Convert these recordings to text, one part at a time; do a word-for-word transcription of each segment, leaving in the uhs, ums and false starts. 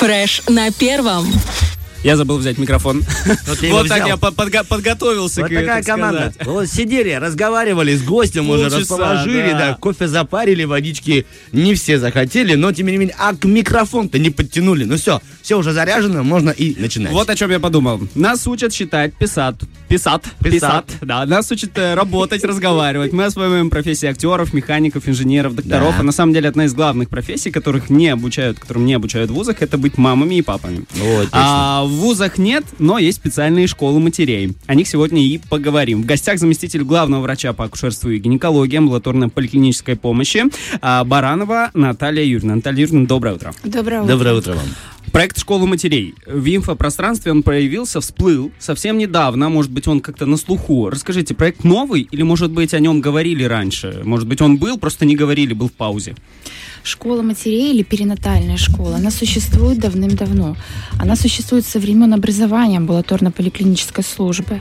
Фреш на первом. Я забыл взять микрофон. Вот, вот так я подго- подготовился. Вот к, такая команда. Вот сидели, разговаривали с гостем, Полчаса, уже расположили, да. да, кофе запарили, водички не все захотели, но тем не менее, а к микрофон-то не подтянули. Ну все, все уже заряжено, можно и начинать. Вот о чем я подумал. Нас учат считать, писать, писать, писать. Да, нас учат э, работать, разговаривать. Мы осваиваем профессии актеров, механиков, инженеров, докторов. Да. А на самом деле одна из главных профессий, которых не обучают, которым не обучают в вузах, это быть мамами и папами. Вот, а, в вузах нет, но есть специальные школы матерей. О них сегодня и поговорим. В гостях заместитель главного врача по акушерству и гинекологии амбулаторной поликлинической помощи а, Баранова Наталья Юрьевна. Наталья Юрьевна, доброе утро. Доброе утро. Доброе утро вам. Проект «Школа матерей». В инфопространстве он появился, всплыл совсем недавно. Может быть, он как-то на слуху. Расскажите, проект новый или, может быть, о нем говорили раньше? Может быть, он был, просто не говорили, был в паузе? Школа матерей или перинатальная школа, она существует давным-давно. Она существует со времен образования амбулаторно-поликлинической службы.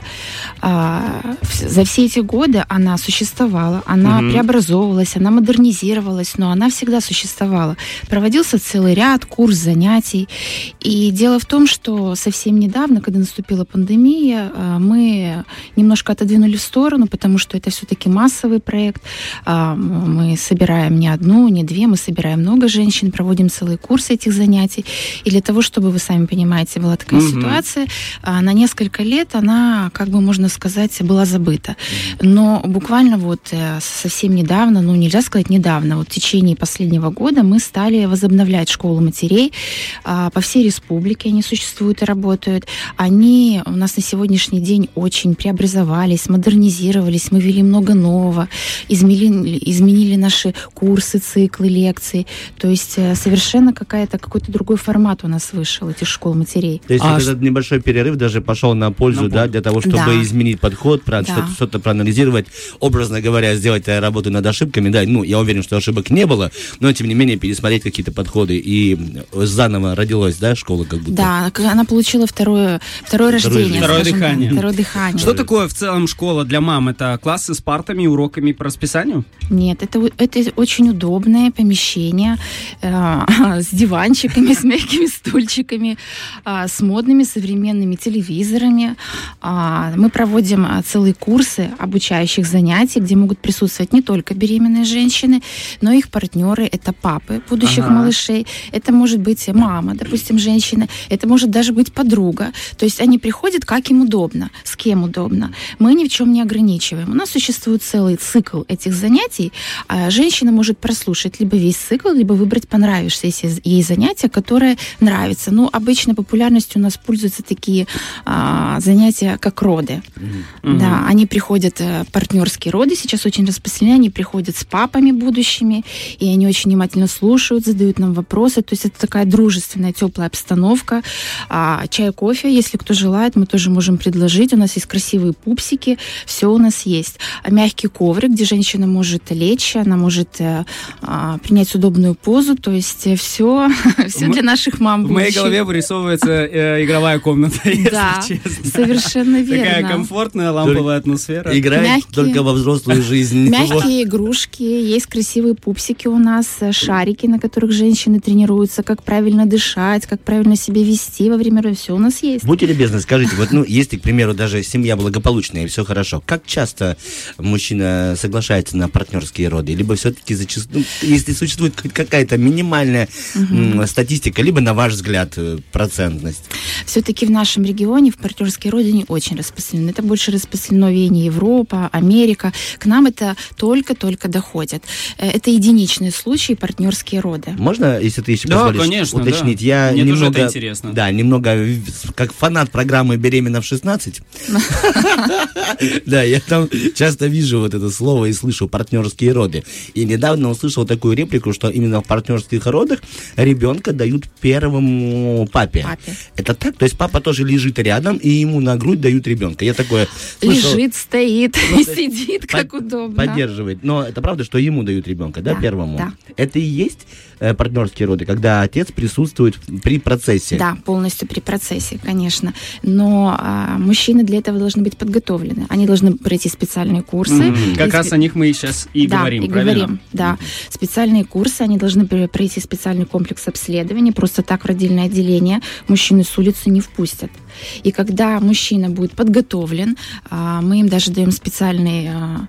А, за все эти годы она существовала, она mm-hmm. преобразовывалась, она модернизировалась, но она всегда существовала. Проводился целый ряд курс занятий. И дело в том, что совсем недавно, когда наступила пандемия, мы немножко отодвинули в сторону, потому что это все-таки массовый проект. Мы собираем не одну, не две, мы собираем Собираем много женщин, проводим целые курсы этих занятий. И для того, чтобы, вы сами понимаете, была такая mm-hmm. ситуация, на несколько лет она, как бы можно сказать, была забыта. Mm-hmm. Но буквально вот совсем недавно, ну нельзя сказать недавно, вот в течение последнего года мы стали возобновлять школы матерей. По всей республике они существуют и работают. Они у нас на сегодняшний день очень преобразовались, модернизировались, мы ввели много нового, изменили, изменили наши курсы, циклы, лекции. То есть совершенно какая-то, какой-то другой формат у нас вышел, этих школ матерей. То есть а этот ш... небольшой перерыв даже пошел на пользу, на да, для того, чтобы да. изменить подход, про... да. что-то, что-то проанализировать, образно говоря, сделать работу над ошибками. Да, ну, я уверен, что ошибок не было, но, тем не менее, пересмотреть какие-то подходы. И заново родилась, да, школа как будто? Да, она получила второе, второе, второе рождение. Второе дыхание. Так, второе дыхание. Что такое в целом школа для мам? Это классы с партами, уроками по расписанию? Нет, это, это очень удобное помещение э, с диванчиками, с мягкими стульчиками, э, с модными современными телевизорами. Э, мы проводим целые курсы обучающих занятий, где могут присутствовать не только беременные женщины, но и их партнеры. Это папы будущих ага. малышей. Это может быть мама, допустим, женщина. Это может даже быть подруга. То есть они приходят, как им удобно, с кем удобно. Мы ни в чем не ограничиваем. У нас существует целый цикл этих занятий. Женщина может прослушать либо весь цикл, либо выбрать понравившееся ей занятие, которое нравится. Ну, обычно популярностью у нас пользуются такие а, занятия, как роды. Mm-hmm. Да, они приходят, партнерские роды сейчас очень распространены, они приходят с папами будущими, и они очень внимательно слушают, задают нам вопросы. То есть это такая дружественная, теплая обстановка. А, чай, кофе, если кто желает, мы тоже можем предложить. У нас есть красивые пупсики, все у нас есть. А мягкий коврик, где женщина может лечь, она может а, принять удобную позу, то есть все, все для наших мам. В моей голове вырисовывается э, игровая комната, если да, честно. Совершенно верно. Такая комфортная ламповая атмосфера. Играет мягкие, только во взрослую жизнь. Мягкие игрушки, есть красивые пупсики у нас, шарики, на которых женщины тренируются, как правильно дышать, как правильно себя вести во время рода. Все у нас есть. Будьте любезны, скажите, вот, ну, если, к примеру, даже семья благополучная и все хорошо, как часто мужчина соглашается на партнерские роды? Либо все-таки зачастую, если существует какая-то минимальная угу. статистика, либо, на ваш взгляд, процентность? Все-таки в нашем регионе в партнерские роды не очень распространены. Это больше распространено в Вене, Европа, Америка. К нам это только-только доходит. Это единичные случаи партнерские роды. Можно, если ты еще да, позволишь, конечно, уточнить? Да. Я Мне немного, тоже это интересно. Да, немного как фанат программы «Беременна в шестнадцать». Да, я там часто вижу вот это слово и слышу «партнерские роды». И недавно услышал такую реплику, что именно в партнерских родах ребенка дают первому папе. Папе. Это так? То есть папа тоже лежит рядом, и ему на грудь дают ребенка. Я такое слышал. Лежит, стоит, и сидит, как удобно. Поддерживает. Но это правда, что ему дают ребенка, да, да первому? Да. Это и есть э, партнерские роды, когда отец присутствует при процессе? Да, полностью при процессе, конечно. Но а, мужчины для этого должны быть подготовлены. Они должны пройти специальные курсы. Mm-hmm. Как раз о них мы сейчас и да, говорим, и правильно? говорим, да. Mm-hmm. Специальные курсы, они должны пройти специальный комплекс обследований. Просто так в родильное отделение мужчины с улицы не впустят. И когда мужчина будет подготовлен, мы им даже даем специальный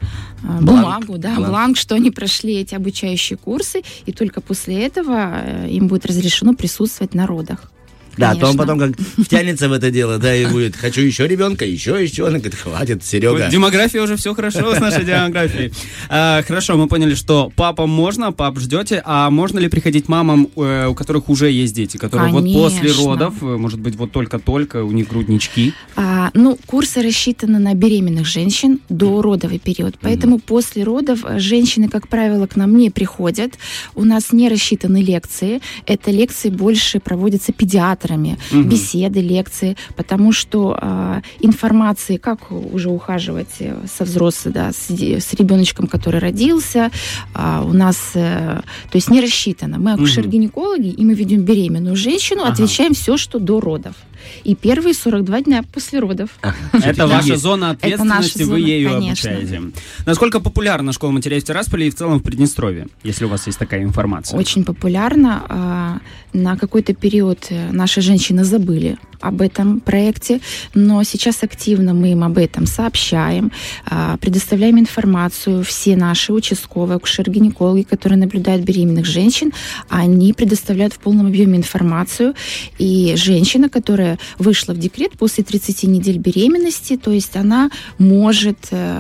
бумагу, да, бланк. бланк, что они прошли эти обучающие курсы, и только после этого им будет разрешено присутствовать на родах. Да, Конечно. то он потом как втянется в это дело, да, и будет, хочу еще ребенка, еще, еще. Он говорит, хватит, Серега. Демография уже все хорошо с нашей демографией. А, хорошо, мы поняли, что папам можно, пап ждете, а можно ли приходить мамам, э, у которых уже есть дети, которые Конечно. вот после родов, может быть, вот только-только, у них груднички? А, ну, курсы рассчитаны на беременных женщин до родовый период, поэтому mm-hmm. после родов женщины, как правило, к нам не приходят. У нас не рассчитаны лекции, это лекции больше проводятся педиатрами, угу. беседы, лекции, потому что э, информации, как уже ухаживать со взрослым, да, с, с ребеночком, который родился, э, у нас, э, то есть не рассчитано. Мы акушер-гинекологи, и мы ведем беременную женщину, ага. отвечаем все, что до родов. И первые сорок два дня после родов. Ага. Это ваша зона ответственности, вы ею конечно. обучаете. Насколько популярна школа матерей в Тирасполе и в целом в Приднестровье, если у вас есть такая информация? Очень популярна. На какой-то период наши женщины забыли об этом проекте, но сейчас активно мы им об этом сообщаем, предоставляем информацию. Все наши участковые акушер-гинекологи, которые наблюдают беременных женщин, они предоставляют в полном объеме информацию. И женщина, которая вышла в декрет после тридцати недель беременности, то есть она может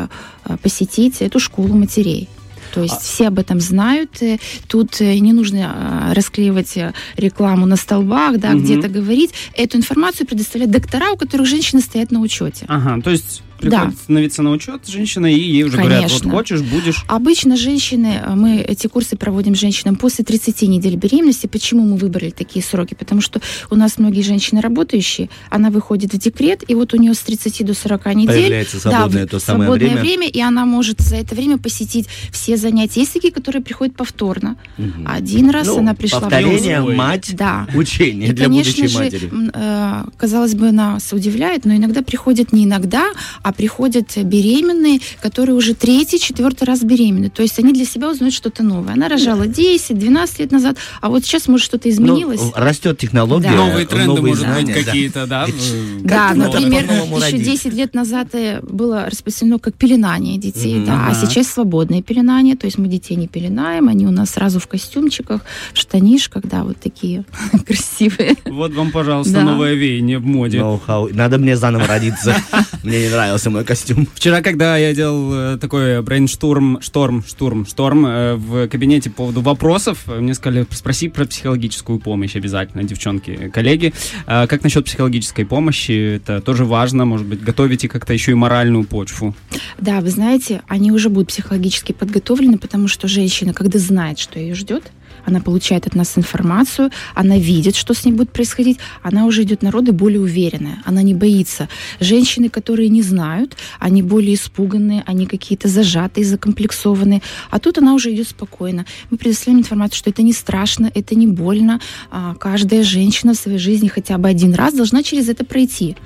посетить эту школу матерей. То есть а... все об этом знают. Тут не нужно расклеивать рекламу на столбах, да, угу. где-то говорить. Эту информацию предоставляют доктора, у которых женщины стоят на учете. Ага, то есть приходит да. становиться на учет женщина, и ей уже Конечно. говорят, вот хочешь, будешь. Обычно женщины, мы эти курсы проводим женщинам после тридцати недель беременности. Почему мы выбрали такие сроки? Потому что у нас многие женщины работающие, она выходит в декрет, и вот у нее с тридцати до сорока недель появляется свободное, да, то самое свободное время. время, и она может за это время посетить все занятия. Есть такие, которые приходят повторно. Угу. Один раз ну, она пришла... Повторение, в мать, да. учение и, для конечно будущей же, матери. Э, казалось бы, нас удивляет, но иногда приходят не иногда, а приходят беременные, которые уже третий, четвертый раз беременны. То есть они для себя узнают что-то новое. Она рожала десять-двенадцать лет назад, а вот сейчас, может, что-то изменилось. Ну, растет технология. Да. Новые тренды, новые может знания, быть, какие-то, да? Да, как например, еще десять лет назад было распространено как пеленание детей, mm-hmm. да, а сейчас свободное пеленание, то есть мы детей не пеленаем, они у нас сразу в костюмчиках, в штанишках, да, вот такие красивые. Вот вам, пожалуйста, новое веяние в моде. Надо мне заново родиться. Мне не нравился мой костюм. Вчера, когда я делал такой брейншторм, шторм, штурм, шторм э, в кабинете по поводу вопросов, мне сказали, спроси про психологическую помощь обязательно, девчонки, коллеги. Э, как насчет психологической помощи? Это тоже важно, может быть, готовите как-то еще и моральную почву? Да, вы знаете, они уже будут психологически подготовлены, потому что женщина, когда знает, что ее ждет, она получает от нас информацию, она видит, что с ней будет происходить, она уже идет на роды более уверенная, она не боится. Женщины, которые не знают, они более испуганные, они какие-то зажатые, закомплексованные, а тут она уже идет спокойно. Мы предоставляем информацию, что это не страшно, это не больно. Каждая женщина в своей жизни хотя бы один раз должна через это пройти.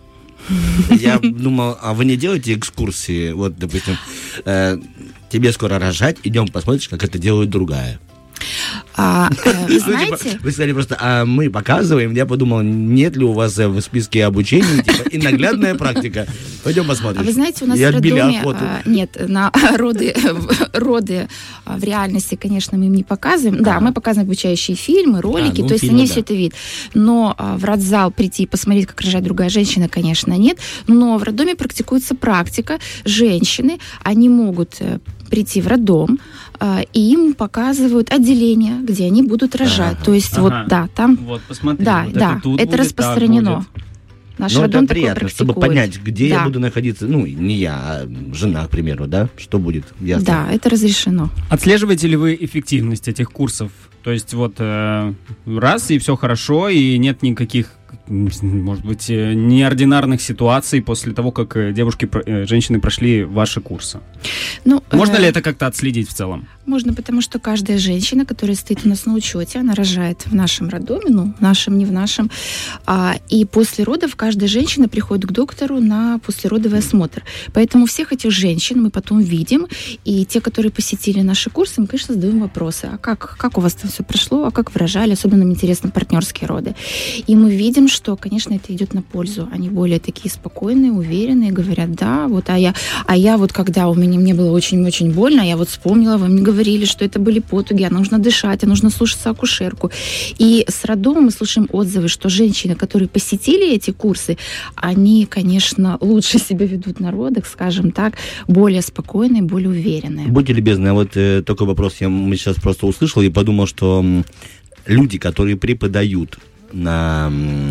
Я думал, а вы не делаете экскурсии? Вот, допустим, э, тебе скоро рожать, идем посмотришь, как это делает другая. А, э, вы знаете... Вы сказали просто, а мы показываем. Я подумал, нет ли у вас в списке обучения типа, и наглядная практика. Пойдем посмотрим. А вы знаете, у нас в роддоме... А, нет, на роды, роды в реальности, конечно, мы им не показываем. Да, мы показываем обучающие фильмы, ролики, то есть они все это видят. Но в родзал прийти и посмотреть, как рожает другая женщина, конечно, нет. Но в роддоме практикуется практика. Женщины, они могут прийти в роддом, и им показывают отделение, где они будут рожать. Ага. То есть ага. вот, да, там... Вот, посмотри. Да, вот да, это, тут это будет, распространено. Наш Но роддом это приятно, чтобы понять, где да. я буду находиться. Ну, не я, а жена, к примеру, да? Что будет? Ясно. Да, это разрешено. Отслеживаете ли вы эффективность этих курсов? То есть вот э, раз, и все хорошо, и нет никаких может быть, неординарных ситуаций после того, как девушки, женщины прошли ваши курсы? Ну, Можно э- ли это как-то отследить в целом? Можно, потому что каждая женщина, которая стоит у нас на учете, она рожает в нашем роддоме, ну, в нашем, не в нашем, а, и после родов каждая женщина приходит к доктору на послеродовый осмотр. Поэтому всех этих женщин мы потом видим, и те, которые посетили наши курсы, мы, конечно, задаем вопросы. А как, как у вас там все прошло, а как вы рожали? Особенно нам интересны партнерские роды. И мы видим, что, конечно, это идет на пользу. Они более такие спокойные, уверенные, говорят, да, вот, а я, а я вот, когда у меня, мне было очень-очень больно, я вот вспомнила, вы мне говорили, что это были потуги, а нужно дышать, а нужно слушаться акушерку. И с роддома мы слышим отзывы, что женщины, которые посетили эти курсы, они, конечно, лучше себя ведут на родах, скажем так, более спокойные, более уверенные. Будьте любезны, а вот э, такой вопрос я мы сейчас просто услышал и подумал, что м, люди, которые преподают на,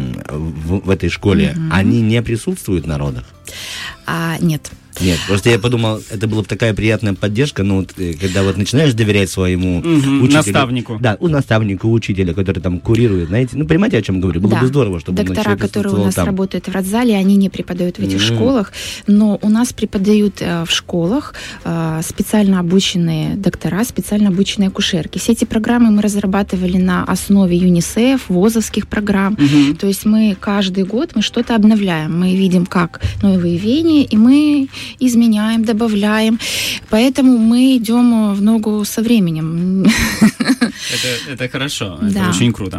в, в этой школе, mm-hmm. они не присутствуют на родах? А, нет. Нет, просто я подумал, это была бы такая приятная поддержка, ну, вот, когда вот начинаешь доверять своему угу, учителю. Наставнику. Да, у наставнику, учителя, который там курирует, знаете. Ну, понимаете, о чем говорю? Было да. бы здорово, чтобы доктора, он которые у нас там. работают в родзале, они не преподают в этих mm-hmm. школах, но у нас преподают э, в школах э, специально обученные доктора, специально обученные акушерки. Все эти программы мы разрабатывали на основе ЮНИСЕФ, ВОЗовских программ. Mm-hmm. То есть мы каждый год мы что-то обновляем. Мы видим, как новые веяния, и мы изменяем, добавляем. Поэтому мы идем в ногу со временем. Это, это хорошо, это да. очень круто.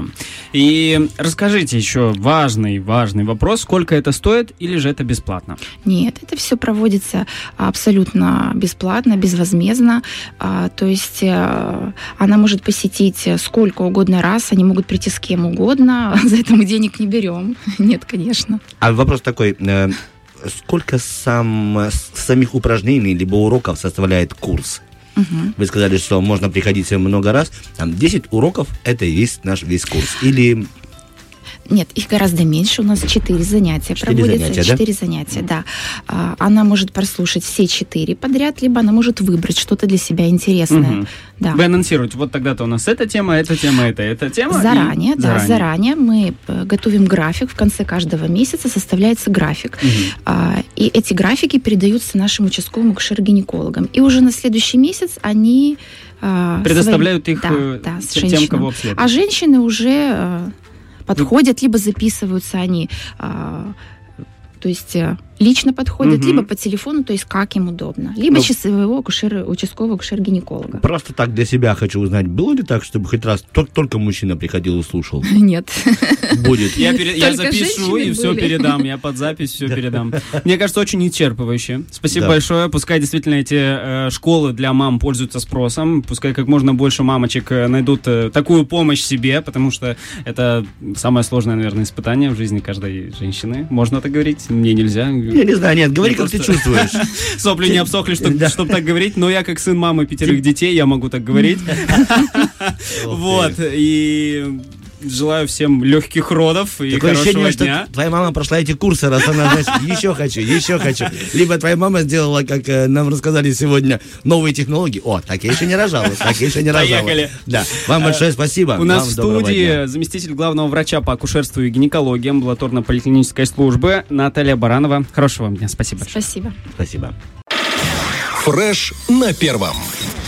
И расскажите еще важный, важный вопрос, сколько это стоит или же это бесплатно? Нет, это все проводится абсолютно бесплатно, безвозмездно. А, то есть а, она может посетить сколько угодно раз, они могут прийти с кем угодно, за это мы денег не берем. Нет, конечно. А вопрос такой, э, сколько сам, самих упражнений либо уроков составляет курс? Угу. Вы сказали, что можно приходить много раз. Там десять уроков – это и есть наш весь курс. Или... Нет, их гораздо меньше. У нас четыре занятия проводятся. Четыре занятия, да. А, она может прослушать все четыре подряд, либо она может выбрать что-то для себя интересное. Угу. Да. Вы анонсируете, вот тогда-то у нас эта тема, эта тема, эта, эта тема. Заранее, да, заранее. заранее мы готовим график. В конце каждого месяца составляется график. Угу. А, и эти графики передаются нашим участковым акушер-гинекологам. И уже на следующий месяц они... А, предоставляют свои... их да, да, тем, кого обследуют. А женщины уже... подходят, либо записываются они, а, то есть лично подходят, угу. либо по телефону, то есть как им удобно, либо ну, через своего акушера, участкового акушер-гинеколога. Просто так для себя хочу узнать, было ли так, чтобы хоть раз только, только мужчина приходил и слушал? Нет. Будет. Я, пере, я запишу и все передам, я под запись все передам. Мне кажется, очень исчерпывающе. Спасибо да. большое. Пускай действительно эти э, школы для мам пользуются спросом, пускай как можно больше мамочек найдут э, такую помощь себе, потому что это самое сложное, наверное, испытание в жизни каждой женщины. Можно так говорить? Мне нельзя. Я не знаю, нет, говори, я как просто... ты чувствуешь. Сопли не обсохли, чтобы да. чтоб так говорить, но я как сын мамы пятерых детей, я могу так говорить. Вот, и... желаю всем легких родов и такое хорошего ощущение, дня. Что твоя мама прошла эти курсы, раз она, значит, еще хочу, еще хочу. Либо твоя мама сделала, как э, нам рассказали сегодня, новые технологии. О, так я еще не рожала, так я еще не рожала. Поехали. Да, вам большое спасибо. У нас в студии заместитель главного врача по акушерству и гинекологии амбулаторно-поликлинической службы Наталья Баранова. Хорошего вам дня, спасибо большое. Спасибо. Спасибо. Фреш на первом.